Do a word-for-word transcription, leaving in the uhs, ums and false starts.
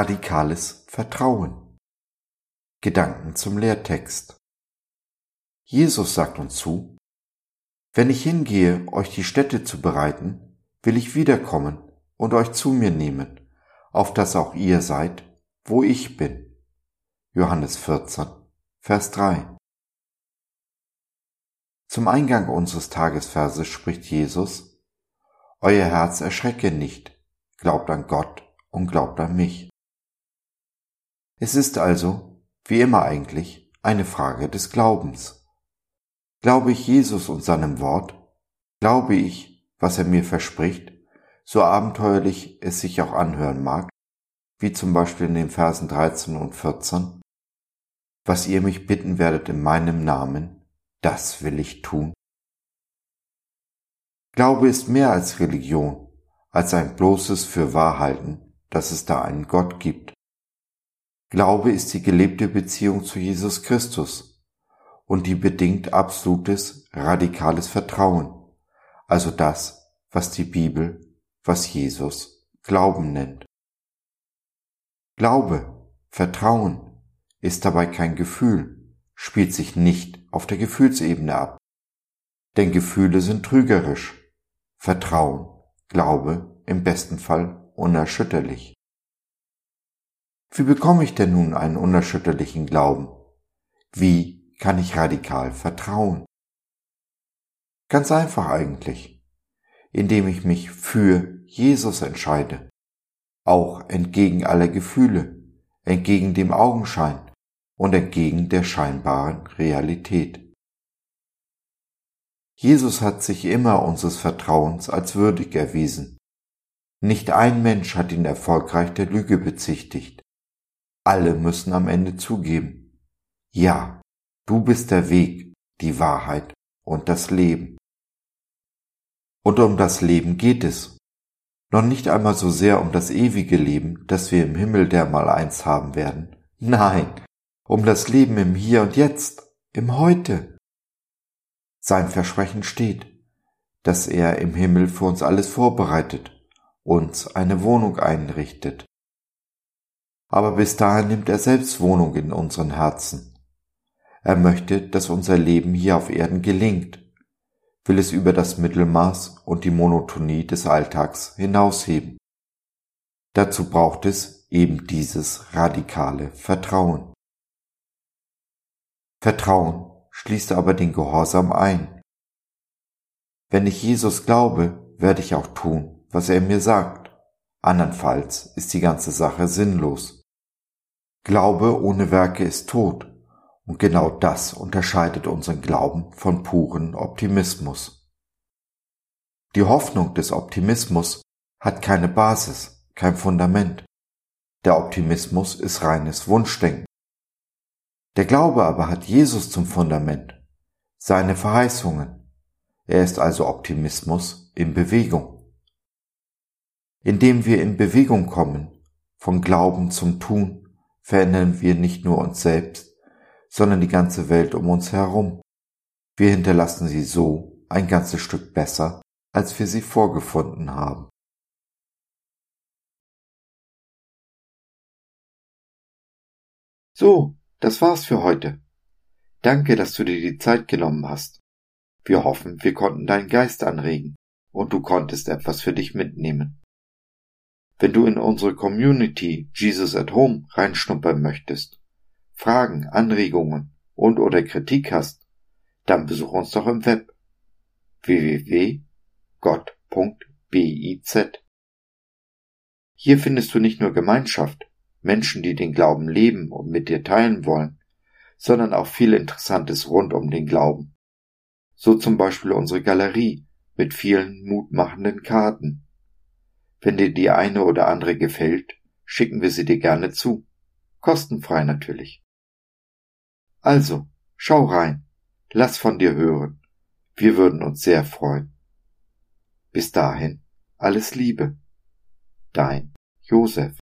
radikales Vertrauen. Gedanken zum Lehrtext. Jesus sagt uns zu: Wenn ich hingehe, euch die Stätte zu bereiten, will ich wiederkommen und euch zu mir nehmen, auf dass auch ihr seid, wo ich bin. Johannes vierzehn, Vers drei. Zum Eingang unseres Tagesverses spricht Jesus: Euer Herz erschrecke nicht, glaubt an Gott und glaubt an mich. Es ist also, wie immer eigentlich, eine Frage des Glaubens. Glaube ich Jesus und seinem Wort? Glaube ich, was er mir verspricht, so abenteuerlich es sich auch anhören mag, wie zum Beispiel in den Versen dreizehn und vierzehn? Was ihr mich bitten werdet in meinem Namen, das will ich tun. Glaube ist mehr als Religion, als ein bloßes Fürwahrhalten, dass es da einen Gott gibt. Glaube ist die gelebte Beziehung zu Jesus Christus und die bedingt absolutes, radikales Vertrauen, also das, was die Bibel, was Jesus Glauben nennt. Glaube, Vertrauen ist dabei kein Gefühl, spielt sich nicht auf der Gefühlsebene ab. Denn Gefühle sind trügerisch, Vertrauen, Glaube im besten Fall unerschütterlich. Wie bekomme ich denn nun einen unerschütterlichen Glauben? Wie kann ich radikal vertrauen? Ganz einfach eigentlich, indem ich mich für Jesus entscheide, auch entgegen aller Gefühle, entgegen dem Augenschein und entgegen der scheinbaren Realität. Jesus hat sich immer unseres Vertrauens als würdig erwiesen. Nicht ein Mensch hat ihn erfolgreich der Lüge bezichtigt. Alle müssen am Ende zugeben: Ja, du bist der Weg, die Wahrheit und das Leben. Und um das Leben geht es. Noch nicht einmal so sehr um das ewige Leben, das wir im Himmel dermaleinst haben werden. Nein, um das Leben im Hier und Jetzt, im Heute. Sein Versprechen steht, dass er im Himmel für uns alles vorbereitet, uns eine Wohnung einrichtet. Aber bis dahin nimmt er selbst Wohnung in unseren Herzen. Er möchte, dass unser Leben hier auf Erden gelingt, will es über das Mittelmaß und die Monotonie des Alltags hinausheben. Dazu braucht es eben dieses radikale Vertrauen. Vertrauen schließt aber den Gehorsam ein. Wenn ich Jesus glaube, werde ich auch tun, was er mir sagt. Andernfalls ist die ganze Sache sinnlos. Glaube ohne Werke ist tot, und genau das unterscheidet unseren Glauben von puren Optimismus. Die Hoffnung des Optimismus hat keine Basis, kein Fundament. Der Optimismus ist reines Wunschdenken. Der Glaube aber hat Jesus zum Fundament, seine Verheißungen. Er ist also Optimismus in Bewegung. Indem wir in Bewegung kommen, von Glauben zum Tun, verändern wir nicht nur uns selbst, sondern die ganze Welt um uns herum. Wir hinterlassen sie so ein ganzes Stück besser, als wir sie vorgefunden haben. So, das war's für heute. Danke, dass du dir die Zeit genommen hast. Wir hoffen, wir konnten deinen Geist anregen und du konntest etwas für dich mitnehmen. Wenn du in unsere Community Jesus at Home reinschnuppern möchtest, Fragen, Anregungen und oder Kritik hast, dann besuch uns doch im Web w w w punkt gott punkt biz. Hier findest du nicht nur Gemeinschaft, Menschen, die den Glauben leben und mit dir teilen wollen, sondern auch viel Interessantes rund um den Glauben. So zum Beispiel unsere Galerie mit vielen mutmachenden Karten. Wenn dir die eine oder andere gefällt, schicken wir sie dir gerne zu. Kostenfrei natürlich. Also, schau rein, lass von dir hören. Wir würden uns sehr freuen. Bis dahin, alles Liebe. Dein Josef.